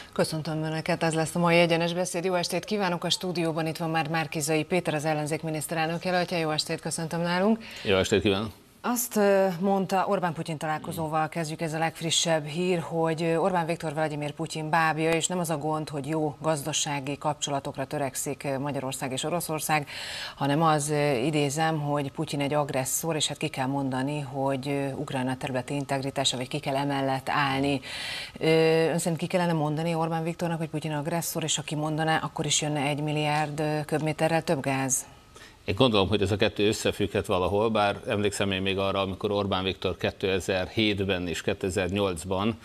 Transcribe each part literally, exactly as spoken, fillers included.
Köszöntöm Önöket, ez lesz a mai egyenes beszéd. Jó estét kívánok! A stúdióban itt van már Márki-Zay Péter, az ellenzék miniszterelnök jelöltje. Jó estét, köszöntöm nálunk. Jó estét kívánok! Azt mondta, Orbán-Putyin találkozóval kezdjük, ez a legfrissebb hír, hogy Orbán Viktor Vlagyimir Putyin bábja, és nem az a gond, hogy jó gazdasági kapcsolatokra törekszik Magyarország és Oroszország, hanem az, idézem, hogy Putyin egy agresszor, és hát ki kell mondani, hogy Ukrajna területi integritása, vagy ki kell emellett állni. Ön szerint ki kellene mondani Orbán Viktornak, hogy Putyin agresszor, és ha kimondaná, akkor is jönne egy milliárd köbméterrel több gáz? Én gondolom, hogy ez a kettő összefügghet valahol, bár emlékszem én még arra, amikor Orbán Viktor kétezer-hétben és kétezer-nyolcban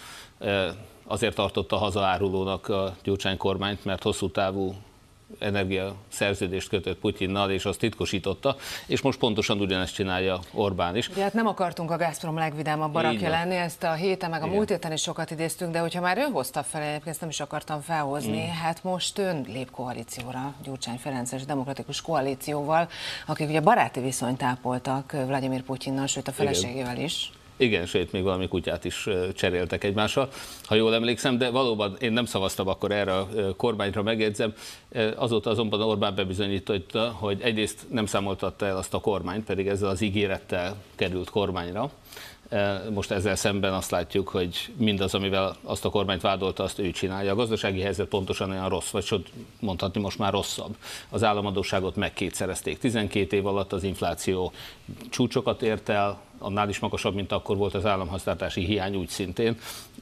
azért tartotta hazaárulónak a Gyurcsány kormányt, mert hosszú távú energiaszerződést kötött Putyinnal, és azt titkosította, és most pontosan ugyanezt csinálja Orbán is. Ugye hát nem akartunk a Gazprom legvidámabb barakja lenni, ezt a héten, meg a múlt héten is sokat idéztünk, de hogyha már ő hozta fel, egyébként ezt nem is akartam felhozni, mm. hát most ön lép koalícióra, Gyurcsány Ferences demokratikus koalícióval, akik ugye baráti viszonyt ápoltak Vlagyimir Putyinnal, sőt a feleségével is. Igen, sőt, még valami kutyát is cseréltek egymással, ha jól emlékszem, de valóban én nem szavaztam akkor erre a kormányra, megjegyzem. Azóta azonban Orbán bebizonyította, hogy egyrészt nem számoltatta el azt a kormányt, pedig ezzel az ígérettel került kormányra. Most ezzel szemben azt látjuk, hogy mindaz, amivel azt a kormányt vádolta, azt ő csinálja. A gazdasági helyzet pontosan olyan rossz, vagy sőt, mondhatni most már rosszabb. Az államadósságot megkétszerezték. tizenkét év alatt az infláció csúcsokat ért el, annál is magasabb, mint akkor volt az államháztartási hiány úgy szintén.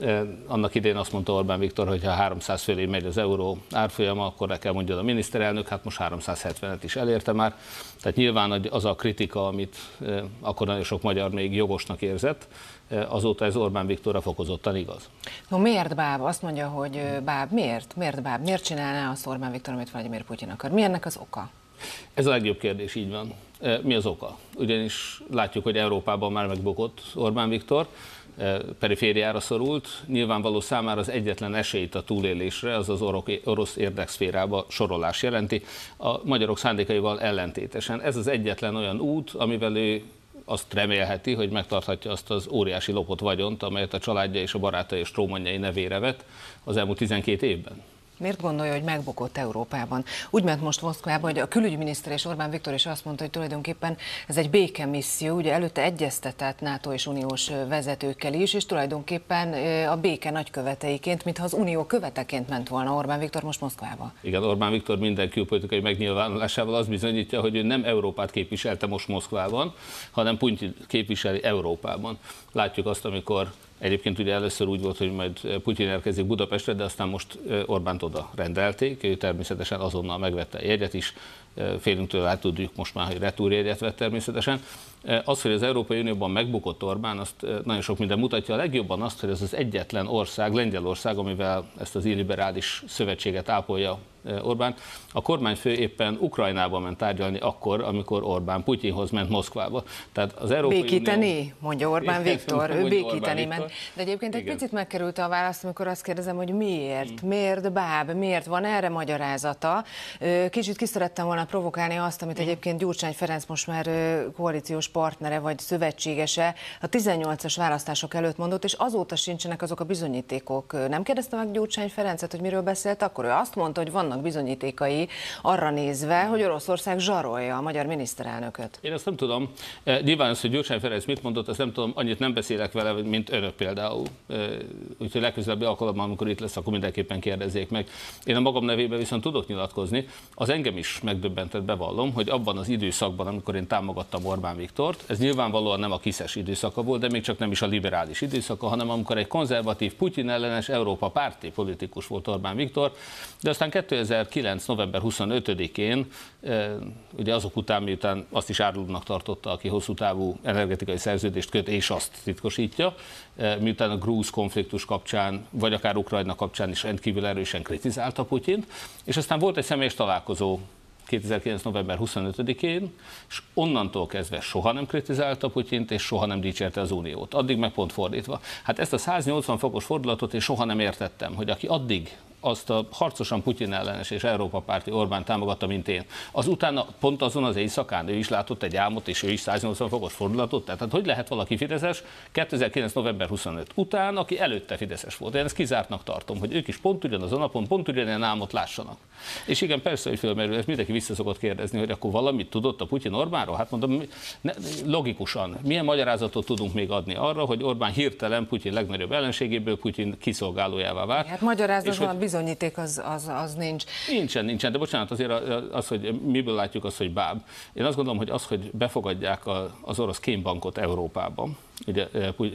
Annak idején azt mondta Orbán Viktor, hogy ha háromszáz fölé megy az euró árfolyama, akkor le kell mondja a miniszterelnök, hát most háromszázhetvenet is elérte már. Tehát nyilván az a kritika, amit akkor nagyon sok magyar még jogosnak érzett, azóta ez Orbán Viktorra fokozottan igaz. No, miért báb? Azt mondja, hogy báb. Miért? Miért báb? Miért csinálná azt Orbán Viktor, amit Vlagyimir Putyin akar? Mi ennek az oka? Ez a legjobb kérdés, így van. Mi az oka? Ugyanis látjuk, hogy Európában már megbukott Orbán Viktor, perifériára szorult, nyilvánvaló számára az egyetlen esélyt a túlélésre, az az orosz érdekszférába sorolás jelenti, a magyarok szándékaival ellentétesen. Ez az egyetlen olyan út, amivel ő azt remélheti, hogy megtarthatja azt az óriási lopott vagyont, amelyet a családja és a barátai és trómanjai nevére vett az elmúlt tizenkét évben. Miért gondolja, hogy megbukott Európában? Úgy ment most Moszkvába, hogy a külügyminiszter és Orbán Viktor is azt mondta, hogy tulajdonképpen ez egy békemisszió, ugye előtte egyeztetett NATO és uniós vezetőkkel is, és tulajdonképpen a béke nagyköveteiként, mintha az unió követeként ment volna Orbán Viktor most Moszkvába. Igen, Orbán Viktor minden külpolitikai megnyilvánulásával azt bizonyítja, hogy ő nem Európát képviselte most Moszkvában, hanem Putyin képviseli Európában. Látjuk azt, amikor egyébként ugye először úgy volt, hogy majd Putyin érkezik Budapestre, de aztán most Orbánt oda rendelték, ő természetesen azonnal megvette a jegyet is, félünk tőle, hát tudjuk most már, hogy retúrjegyet vett természetesen. Az, hogy az Európai Unióban megbukott Orbán, azt nagyon sok minden mutatja. A legjobban azt, hogy ez az egyetlen ország, Lengyelország, amivel ezt az illiberális szövetséget ápolja Orbán. A kormányfő éppen Ukrajnába ment tárgyalni akkor, amikor Orbán Putyinhoz ment Moszkvába. Tehát az Európai békíteni, Unió... mondja Orbán Igen, Viktor, ő mondja békíteni Orbán ment. Viktor. De egyébként egy Igen. picit megkerülte a választ, amikor azt kérdezem, hogy miért, hmm. miért báb, miért van erre magyarázata. Kicsit ki szerettem volna provokálni azt, amit egyébként Gyurcsány Ferenc most már koalíciós partnere vagy szövetségese a tizennyolcas választások előtt mondott, és azóta sincsenek azok a bizonyítékok. Nem kérdezte meg Gyurcsány Ferencet, hogy miről beszélt akkor? Ő azt mondta, hogy vannak bizonyítékai arra nézve, hogy Oroszország zsarolja a magyar miniszterelnököt. Én ezt nem tudom. Nyilván az, hogy Gyurcsány Ferenc mit mondott, azt nem tudom, annyit nem beszélek vele, mint önök például. Úgyhogy legközelebbi alkalommal, amikor itt lesz, akkor mindenképpen kérdezzék meg. Én a magam nevében viszont tudok nyilatkozni. Az engem is megdöbbentett, bevallom, hogy abban az időszakban, amikor én támogattam Orbán Viktort, ez nyilvánvalóan nem a kiszes időszaka volt, de még csak nem is a liberális időszaka, hanem amikor egy konzervatív, Putyin ellenes Európa párti politikus volt Orbán Viktor, de aztán kétezer-kilenc. november huszonötödikén, ugye azok után, miután azt is árulónak tartotta, aki hosszú távú energetikai szerződést köt, és azt titkosítja, miután a grúz konfliktus kapcsán, vagy akár Ukrajna kapcsán is rendkívül erősen kritizálta Putyint, és aztán volt egy személyes találkozó kétezer-kilenc. november huszonötödikén, és onnantól kezdve soha nem kritizálta Putyint, és soha nem dicsérte az Uniót. Addig meg pont fordítva. Hát ezt a száznyolcvan fokos fordulatot én soha nem értettem, hogy aki addig azt a harcosan Putyin ellenes és Európa párti Orbán támogatta, mint én, az utána pont azon az éjszakán ő is látott egy álmot, és ő is száznyolcvan fokos fordulatot. Tehát hogy lehet valaki fideszes kétezer-kilenc. november huszonötödike után, aki előtte fideszes volt? Én ezt kizártnak tartom, hogy ők is pont ugyanazon a napon, pont ugyanilyen álmot lássanak. És igen, persze, hogy fölmerül, ezt mindenki vissza szokott kérdezni, hogy akkor valamit tudott a Putyin Orbánról? Hát mondom, ne, logikusan, milyen magyarázatot tudunk még adni arra, hogy Orbán hirtelen Putyin legnagyobb ellenségéből Putyin kiszolgálójává vált? Hát magyarázatlan a bizonyíték az, az, az nincs. Nincsen, nincsen, de bocsánat, azért az, hogy miből látjuk azt, hogy báb. Én azt gondolom, hogy az, hogy befogadják az orosz kémbankot Európában, ugye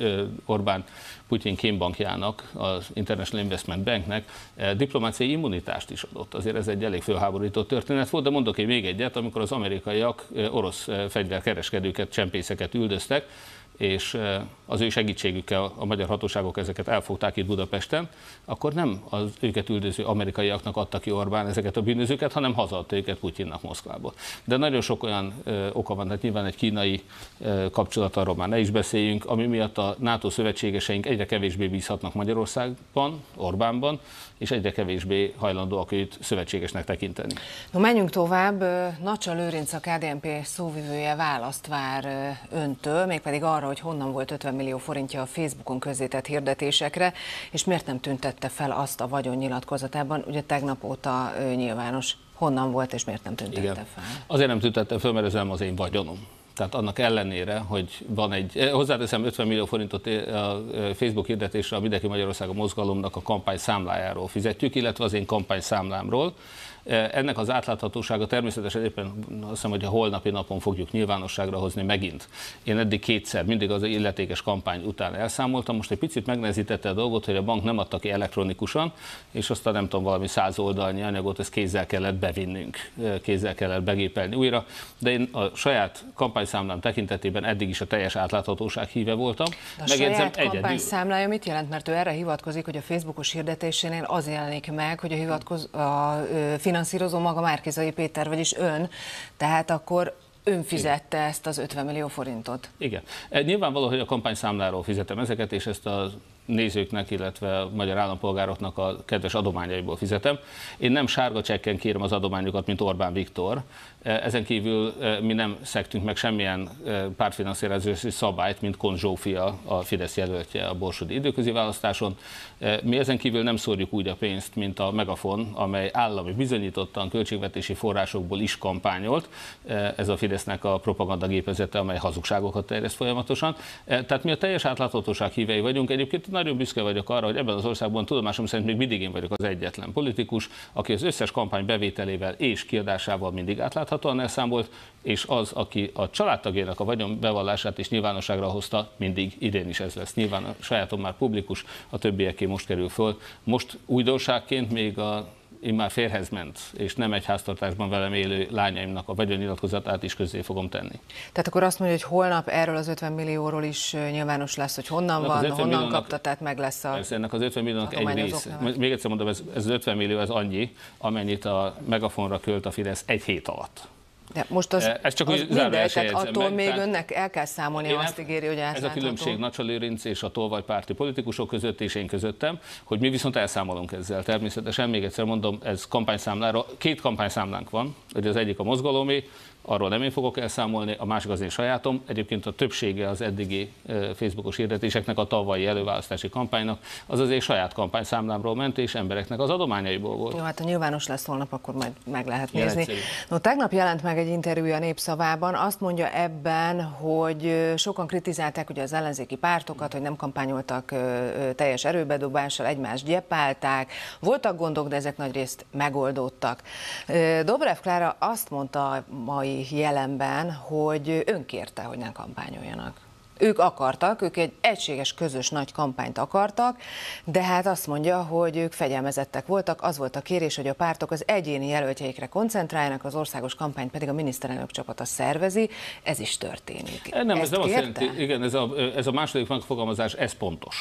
Orbán Putyin kémbankjának, az International Investment Banknek diplomáciai immunitást is adott. Azért ez egy elég fölháborító történet volt, de mondok én még egyet, amikor az amerikaiak orosz fegyverkereskedőket, csempészeket üldöztek, és az ő segítségükkel a magyar hatóságok ezeket elfogták itt Budapesten, akkor nem az őket üldöző amerikaiaknak adta ki Orbán ezeket a bűnözőket, hanem hazaadta őket Putyinnak Moszkvából. De nagyon sok olyan ö, oka van, tehát nyilván egy kínai ö, kapcsolat, arról már ne is beszéljünk, ami miatt a NATO szövetségeseink egyre kevésbé bízhatnak Magyarországban, Orbánban, és egyre kevésbé hajlandóak őt szövetségesnek tekinteni. No, menjünk tovább. Nacsa Lőrinc, a ká dé en pé szóvivője választ vár öntől, mégpedig arra, hogy honnan volt ötven millió forintja a Facebookon közzétett hirdetésekre, és miért nem tüntette fel azt a vagyonnyilatkozatában, ugye tegnap óta nyilvános, honnan volt, és miért nem tüntette Igen. fel? Azért nem tüntette fel, mert ez nem az én vagyonom. Tehát annak ellenére, hogy van egy, hozzáteszem ötven millió forintot a Facebook hirdetésre a Mindenki Magyarország a mozgalomnak a kampány számlájáról fizetjük, illetve az én kampány számlámról. Ennek az átláthatósága természetesen éppen azt hiszem, hogy a holnapi napon fogjuk nyilvánosságra hozni megint. Én eddig kétszer, mindig az illetékes kampány után elszámoltam, most egy picit megnehezítette a dolgot, hogy a bank nem adta ki elektronikusan, és aztán nem tudom, valami száz oldalnyi anyagot, ezt kézzel kellett bevinnünk, kézzel kellett begépelni újra, de én a saját kampányszámlám tekintetében eddig is a teljes átláthatóság híve voltam. De a Megjegyzem, saját kampányszámlája mit jelent? Mert ő erre hivatkozik, hogy a Facebookos hirdetésénél az jelenik meg, hogy a, hivatkoz, a finanszírozó maga Márki-Zay Péter, vagyis ön, tehát akkor ön fizette Igen. ezt az ötven millió forintot. Igen. Nyilvánvaló, hogy a kampányszámláról fizetem ezeket, és ezt a nézőknek, illetve a magyar állampolgároknak a kedves adományaiból fizetem. Én nem sárga csekken kérem az adományokat, mint Orbán Viktor. Ezen kívül mi nem szegtünk meg semmilyen pártfinanszírozási szabályt, mint Kohn Zsófia, a Fidesz jelöltje a borsodi időközi választáson. Mi ezen kívül nem szórjuk úgy a pénzt, mint a Megafon, amely állami bizonyítottan költségvetési forrásokból is kampányolt. Ez a Fidesznek a propagandagépezete, amely hazugságokat terjeszt folyamatosan. Tehát mi a teljes átláthatóság hívei vagyunk. Egyébként nagyon büszke vagyok arra, hogy ebben az országban tudomásom szerint még mindig én vagyok az egyetlen politikus, aki az összes kampány bevételével és kiadásával mindig átláthatóan elszámolt, és az, aki a családtagjának a vagyonbevallását is nyilvánosságra hozta, mindig idén is ez lesz. Nyilván a sajátom már publikus, a többieké most kerül föl. Most újdonságként még a immár férhez ment, és nem egy háztartásban velem élő lányaimnak a vagyonnyilatkozatát is közzé fogom tenni. Tehát akkor azt mondja, hogy holnap erről az ötven millióról is nyilvános lesz, hogy honnan ennek van, honnan milliónak, kapta, tehát meg lesz a... Persze, ennek az ötven milliónak egy része. Még egyszer mondom, ez, ez az ötven millió, ez annyi, amennyit a Megafonra költ a Fidesz egy hét alatt. De most az, ez csak az mindegy, tehát attól meg, még tehát önnek el kell számolni, azt ígéri, hogy átlátható. Ez a különbség Nacsa Lőrinc és a tolvajpárti politikusok között és én közöttem, hogy mi viszont elszámolunk ezzel. Természetesen, még egyszer mondom, ez kampányszámlára, két kampányszámlánk van, hogy az egyik a mozgalomé, arról nem én fogok elszámolni, a másik az én sajátom. Egyébként a többsége az eddigi Facebookos hirdetéseknek, a tavalyi előválasztási kampánynak, az az én saját kampányszámlámról ment, és embereknek az adományaiból volt. Jó, hát ha nyilvános lesz holnap, akkor majd meg lehet nézni. No, tegnap jelent meg egy interjú a Népszavában, azt mondja ebben, hogy sokan kritizálták ugye az ellenzéki pártokat, hogy nem kampányoltak teljes erőbedobással, egymást gyepálták, voltak gondok, de ezek nagyrészt megoldódtak. Dobrev Klára azt mondta a mai jelenben, hogy ön kérte, hogy ne kampányoljanak. Ők akartak, ők egy egységes, közös nagy kampányt akartak, de hát azt mondja, hogy ők fegyelmezettek voltak, az volt a kérés, hogy a pártok az egyéni jelöltjeikre koncentráljanak, az országos kampányt pedig a miniszterelnök csapata szervezi, ez is történik. Nem, Ezt ez nem azt kérte? jelenti, igen, ez a, ez a második megfogalmazás, ez pontos.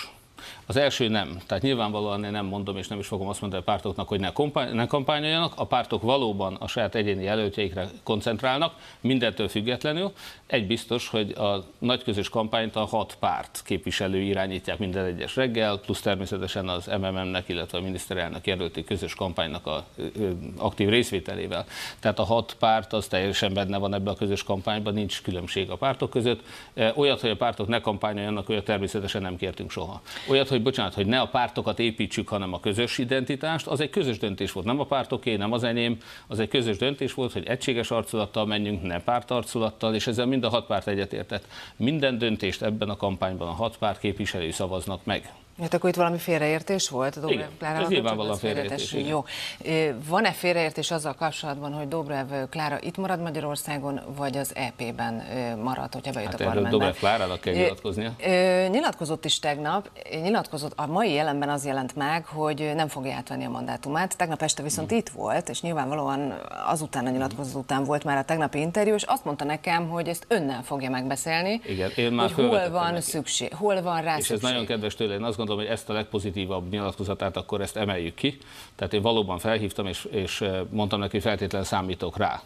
Az első nem. Tehát nyilvánvalóan én nem mondom, és nem is fogom azt mondani a pártoknak, hogy ne, kampány, ne kampányoljanak. A pártok valóban a saját egyéni jelöltjeikre koncentrálnak, mindentől függetlenül. Egy biztos, hogy a nagy közös kampányt a hat párt képviselő irányítják minden egyes reggel, plusz természetesen az em em em-nek, illetve a miniszterelnök jelölti közös kampánynak a aktív részvételével. Tehát a hat párt az teljesen benne van ebbe a közös kampányban, nincs különbség a pártok között. Olyat, hogy a pártok ne kampányoljanak, olyat természetesen nem kértünk soha. Olyat, hogy bocsánat, hogy ne a pártokat építsük, hanem a közös identitást, az egy közös döntés volt, nem a pártoké, nem az enyém, az egy közös döntés volt, hogy egységes arculattal menjünk, ne pártarculattal, és ezzel mind a hat párt egyetértett. Minden döntést ebben a kampányban a hat párt képviselői szavaznak meg. Hát akkor itt valami félreértés volt? Dobrev Igen, ez nyilvánvalóan félreértés. Jó. Van-e félreértés azzal kapcsolatban, hogy Dobrev Klára itt marad Magyarországon, vagy az é pében marad, hogyha bejött hát a parlamentbe? Dobrev Klárának kell nyilatkoznia. Nyilatkozott is tegnap, nyilatkozott, a mai jelenben az jelent meg, hogy nem fogja átvenni a mandátumát. Tegnap este viszont mm. itt volt, és nyilvánvalóan azután a nyilatkozat után volt már a tegnapi interjú, és azt mondta nekem, hogy ezt önnel fogja megbeszélni. Igen, én már hogy hol van neki. szükség, hol van rá és szükség. És ez nagyon kedves tőle, én azt gondolom, hogy ezt a legpozitívabb nyilatkozatát akkor ezt emeljük ki. Tehát én valóban felhívtam, és, és mondtam neki, hogy feltétlenül számítok rá.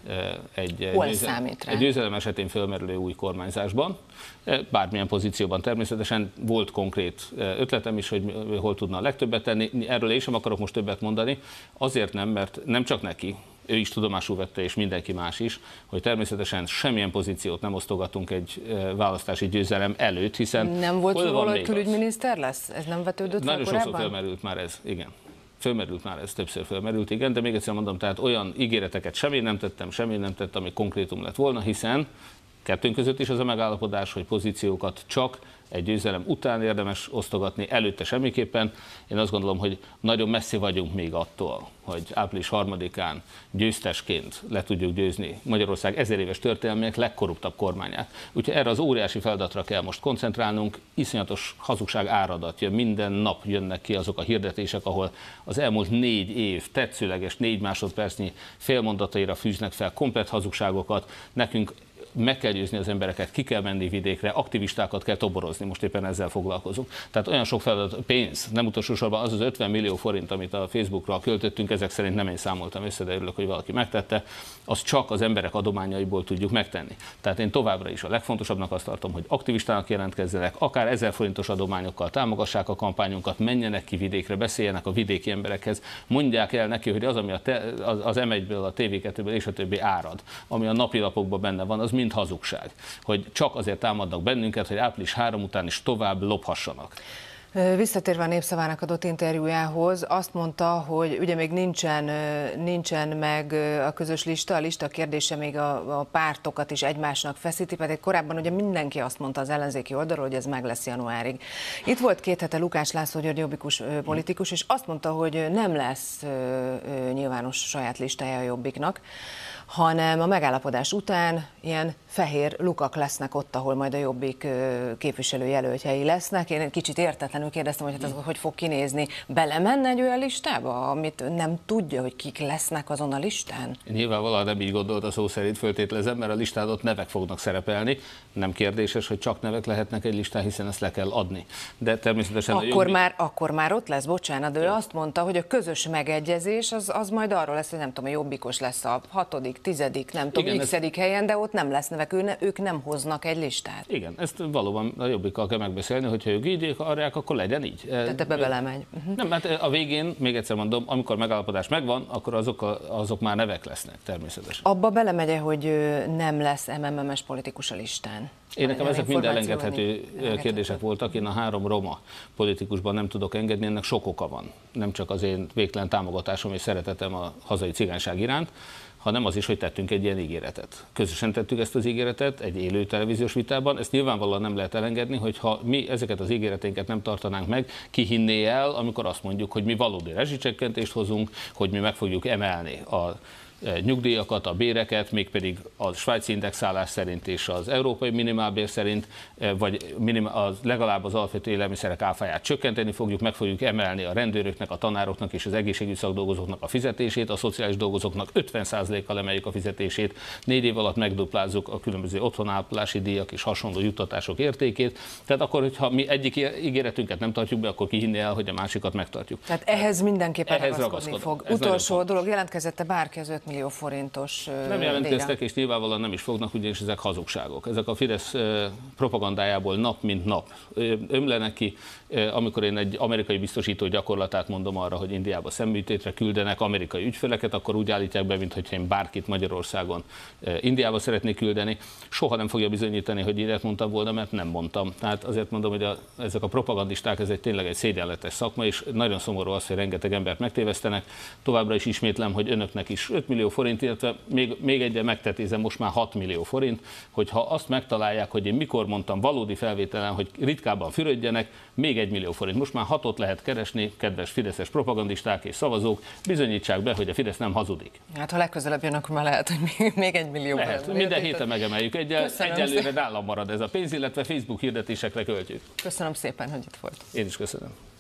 Egy, Hol egy, számít rá? Egy győzelem esetén fölmerülő új kormányzásban. Bármilyen pozícióban természetesen volt konkrét ötletem is, hogy hol tudna a legtöbbet tenni. Erről én sem akarok most többet mondani. Azért nem, mert nem csak neki, ő is tudomásul vette, és mindenki más is, hogy természetesen semmilyen pozíciót nem osztogatunk egy választási győzelem előtt, hiszen... Nem volt róla, hogy külügyminiszter lesz? Ez nem vetődött fel korábban? Nagyon sokszor felmerült már ez, igen. Fölmerült már ez, többször fölmerült, igen, de még egyszer mondom, tehát olyan ígéreteket semmi nem tettem, semmi nem tettem, ami konkrétum lett volna, hiszen kettőnk között is az a megállapodás, hogy pozíciókat csak egy győzelem után érdemes osztogatni, előtte semmiképpen. Én azt gondolom, hogy nagyon messzi vagyunk még attól, hogy április harmadikán győztesként le tudjuk győzni Magyarország ezer éves történelmének legkorruptabb kormányát. Úgyhogy erre az óriási feladatra kell most koncentrálnunk, iszonyatos hazugság áradat jön, minden nap jönnek ki azok a hirdetések, ahol az elmúlt négy év tetszőleges négy másodpercnyi félmondataira fűznek fel komplett hazugságokat, nekünk meg kell győzni az embereket, ki kell menni vidékre, aktivistákat kell toborozni, most éppen ezzel foglalkozunk. Tehát olyan sok feladat, pénz, nem utolsó sorban az az ötven millió forint, amit a Facebookra költöttünk, ezek szerint nem én számoltam össze, de örülök, hogy valaki megtette, azt csak az emberek adományaiból tudjuk megtenni. Tehát én továbbra is a legfontosabbnak azt tartom, hogy aktivistának jelentkezzenek, akár ezer forintos adományokkal támogassák a kampányunkat, menjenek ki vidékre, beszéljenek a vidéki emberekhez, mondják el neki, hogy az, ami a te, az, az em egyből, a té vé kettőből és a többi árad, ami a napilapokban benne van, az mind hazugság, hogy csak azért támadnak bennünket, hogy április harmadika után is tovább lophassanak. Visszatérve a Népszavának adott interjújához, azt mondta, hogy ugye még nincsen, nincsen meg a közös lista, a lista kérdése még a, a pártokat is egymásnak feszíti, pedig korábban ugye mindenki azt mondta az ellenzéki oldalról, hogy ez meg lesz januárig. Itt volt két hete Lukács László György jobbikus politikus, és azt mondta, hogy nem lesz nyilvános saját listája a Jobbiknak, hanem a megállapodás után ilyen fehér lukak lesznek ott, ahol majd a Jobbik képviselőjelöltjei lesznek. Én kicsit értetlenül kérdeztem, hogy hát az hogy fog kinézni. Belemenne egy olyan listába, amit nem tudja, hogy kik lesznek azon a listán? Nyilvánvalóan nem így gondolt a szó szerint, föltételezem, mert a listán ott nevek fognak szerepelni. Nem kérdéses, hogy csak nevek lehetnek egy listán, hiszen ezt le kell adni. De természetesen akkor, a Jobbik... már, akkor már ott lesz, bocsánat, de ő azt mondta, hogy a közös megegyezés az, az majd arról lesz, hogy nem tudom, a Jobbikos lesz a hatodik, tizedik, nem tudom, x-edik helyen, de ott nem lesz nevek, ő ne, ők nem hoznak egy listát. Igen, ezt valóban a Jobbikkal kell megbeszélni, hogyha ők így akarják, akkor legyen így. Tehát ebbe belemegy. Uh-huh. Nem, mert a végén, még egyszer mondom, amikor megállapodás megvan, akkor azok, azok már nevek lesznek természetesen. Abba belemegye, hogy nem lesz em em em-es politikus a listán. Én nekem ezek mind elengedhető kérdések voltak, én a három roma politikusban nem tudok engedni, ennek sok oka van. Nem csak az én végtelen támogatásom és szeretetem a hazai cigányság iránt, hanem az is, hogy tettünk egy ilyen ígéretet. Közösen tettük ezt az ígéretet egy élő televíziós vitában, ezt nyilvánvalóan nem lehet elengedni, hogy ha mi ezeket az ígéreteinket nem tartanánk meg, ki hinné el, amikor azt mondjuk, hogy mi valódi rezsicsökkentést hozunk, hogy mi meg fogjuk emelni a nyugdíjakat, a béreket, mégpedig a svájci indexálás szerint és az európai minimálbér szerint, vagy minimál, az, legalább az alapvető élelmiszerek áfáját csökkenteni fogjuk, meg fogjuk emelni a rendőröknek, a tanároknak és az egészségügyi szakdolgozóknak a fizetését, a szociális dolgozóknak ötven százalékkal emeljük a fizetését, négy év alatt megduplázzuk a különböző otthonápolási díjak és hasonló juttatások értékét. Tehát akkor, hogyha mi egyik ígéretünket nem tartjuk be, akkor ki hinné el, hogy a másikat megtartjuk. Tehát ehhez mindenképpen ehhez ragaszkodni fog. Utolsó dolog, jelentkezett-e bárki az öt millió forintos Nem jelentkeztek, díjra? és nyilvánvalóan nem is fognak, ugyanis ezek hazugságok. Ezek a Fidesz propagandájából nap mint nap ömlenek ki. Amikor én egy amerikai biztosító gyakorlatát mondom arra, hogy Indiába szemműtétre küldenek amerikai ügyfeleket, akkor úgy állítják be, mintha én bárkit Magyarországon Indiába szeretnék küldeni. Soha nem fogja bizonyítani, hogy ilyet mondtam volna, mert nem mondtam. Tehát azért mondom, hogy a, ezek a propagandisták, ez egy tényleg egy szégyenletes szakma, és nagyon szomorú az, hogy rengeteg embert megtévesztenek. Továbbra is ismétlem, hogy önöknek is öt millió forint, illetve még, még egyre megtetézem, most már hat millió forint, hogyha azt megtalálják, hogy én mikor mondtam valódi felvételen, hogy ritkábban fürödjenek, még egy millió forint. Most már hatot lehet keresni, kedves fideszes propagandisták és szavazók, bizonyítsák be, hogy a Fidesz nem hazudik. Hát ha legközelebb jön, akkor már lehet, hogy még, még egy millió. Lehet, minden héten megemeljük. Egyel, egyelőre nálam marad ez a pénz, illetve Facebook hirdetésekre költjük. Köszönöm szépen, hogy itt volt. Én is köszönöm.